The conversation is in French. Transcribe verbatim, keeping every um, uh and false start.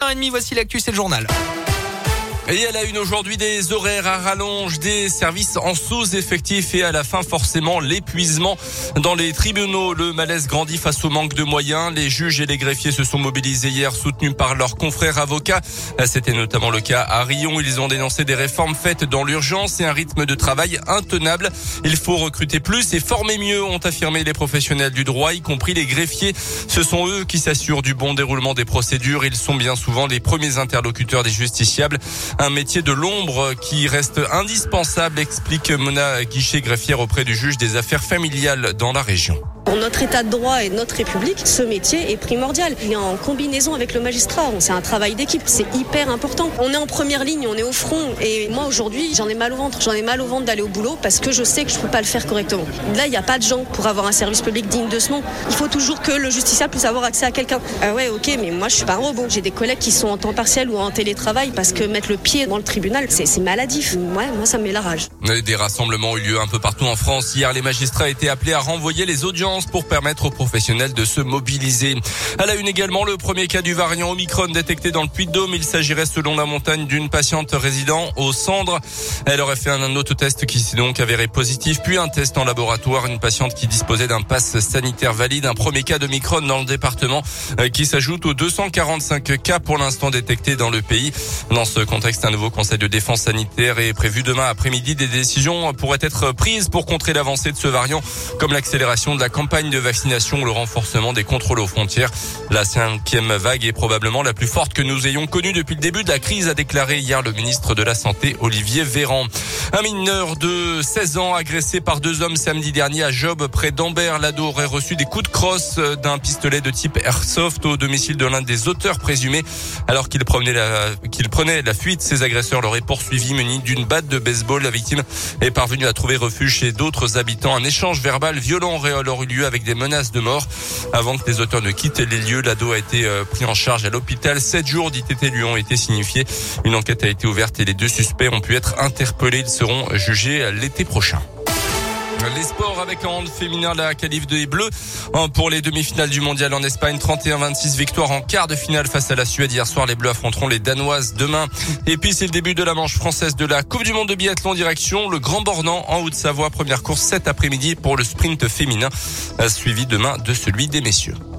trente, voici l'actu, c'est le journal. Et à la une aujourd'hui, des horaires à rallonge, des services en sous-effectif et à la fin forcément l'épuisement dans les tribunaux. Le malaise grandit face au manque de moyens. Les juges et les greffiers se sont mobilisés hier, soutenus par leurs confrères avocats. C'était notamment le cas à Riom. Ils ont dénoncé des réformes faites dans l'urgence et un rythme de travail intenable. Il faut recruter plus et former mieux, ont affirmé les professionnels du droit, y compris les greffiers. Ce sont eux qui s'assurent du bon déroulement des procédures. Ils sont bien souvent les premiers interlocuteurs des justiciables. Un métier de l'ombre qui reste indispensable, explique Mona Guichet, greffière auprès du juge des affaires familiales dans la région. Pour notre état de droit et notre République, ce métier est primordial. Il est en combinaison avec le magistrat. C'est un travail d'équipe, c'est hyper important. On est en première ligne, on est au front. Et moi aujourd'hui, j'en ai mal au ventre. J'en ai mal au ventre d'aller au boulot parce que je sais que je ne peux pas le faire correctement. Là, il n'y a pas de gens pour avoir un service public digne de ce nom. Il faut toujours que le justiciable puisse avoir accès à quelqu'un. Ah ouais, ok, mais moi je suis pas un robot. J'ai des collègues qui sont en temps partiel ou en télétravail parce que mettre le pied dans le tribunal, c'est, c'est maladif. Ouais, moi ça me met la rage. Des rassemblements ont eu lieu un peu partout en France. Hier, les magistrats étaient appelés à renvoyer les audiences pour permettre aux professionnels de se mobiliser. À la une également, le premier cas du variant Omicron détecté dans le Puy-de-Dôme. Il s'agirait selon la montagne d'une patiente résidant aux Cendres. Elle aurait fait un autotest qui s'est donc avéré positif, puis un test en laboratoire. Une patiente qui disposait d'un pass sanitaire valide. Un premier cas d'Omicron dans le département qui s'ajoute aux deux cent quarante-cinq cas pour l'instant détectés dans le pays. Dans ce contexte, un nouveau conseil de défense sanitaire est prévu demain après-midi. Des décisions pourraient être prises pour contrer l'avancée de ce variant, comme l'accélération de la campagne de vaccination ou le renforcement des contrôles aux frontières. La cinquième vague est probablement la plus forte que nous ayons connue depuis le début de la crise, a déclaré hier le ministre de la Santé, Olivier Véran. Un mineur de seize ans agressé par deux hommes samedi dernier à Job, près d'Ambert. L'ado aurait reçu des coups de crosse d'un pistolet de type airsoft au domicile de l'un des auteurs présumés. Alors qu'il prenait la, qu'il prenait la fuite, ses agresseurs l'auraient poursuivi muni d'une batte de baseball. La victime est parvenue à trouver refuge chez d'autres habitants. Un échange verbal violent aurait alors eu lieu avec des menaces de mort. Avant que les auteurs ne quittent les lieux, l'ado a été pris en charge à l'hôpital. Sept jours d'I T T lui ont été signifiés. Une enquête a été ouverte et les deux suspects ont pu être interpellés. Ils seront jugés l'été prochain. Les sports avec en hand féminin, la qualif des Bleus pour les demi-finales du mondial en Espagne. trente et un vingt-six, victoire en quart de finale face à la Suède. Hier soir, les Bleus affronteront les Danoises demain. Et puis, c'est le début de la manche française de la Coupe du Monde de biathlon direction le Grand Bornand en Haute-Savoie. Première course cet après-midi pour le sprint féminin, suivi demain de celui des messieurs.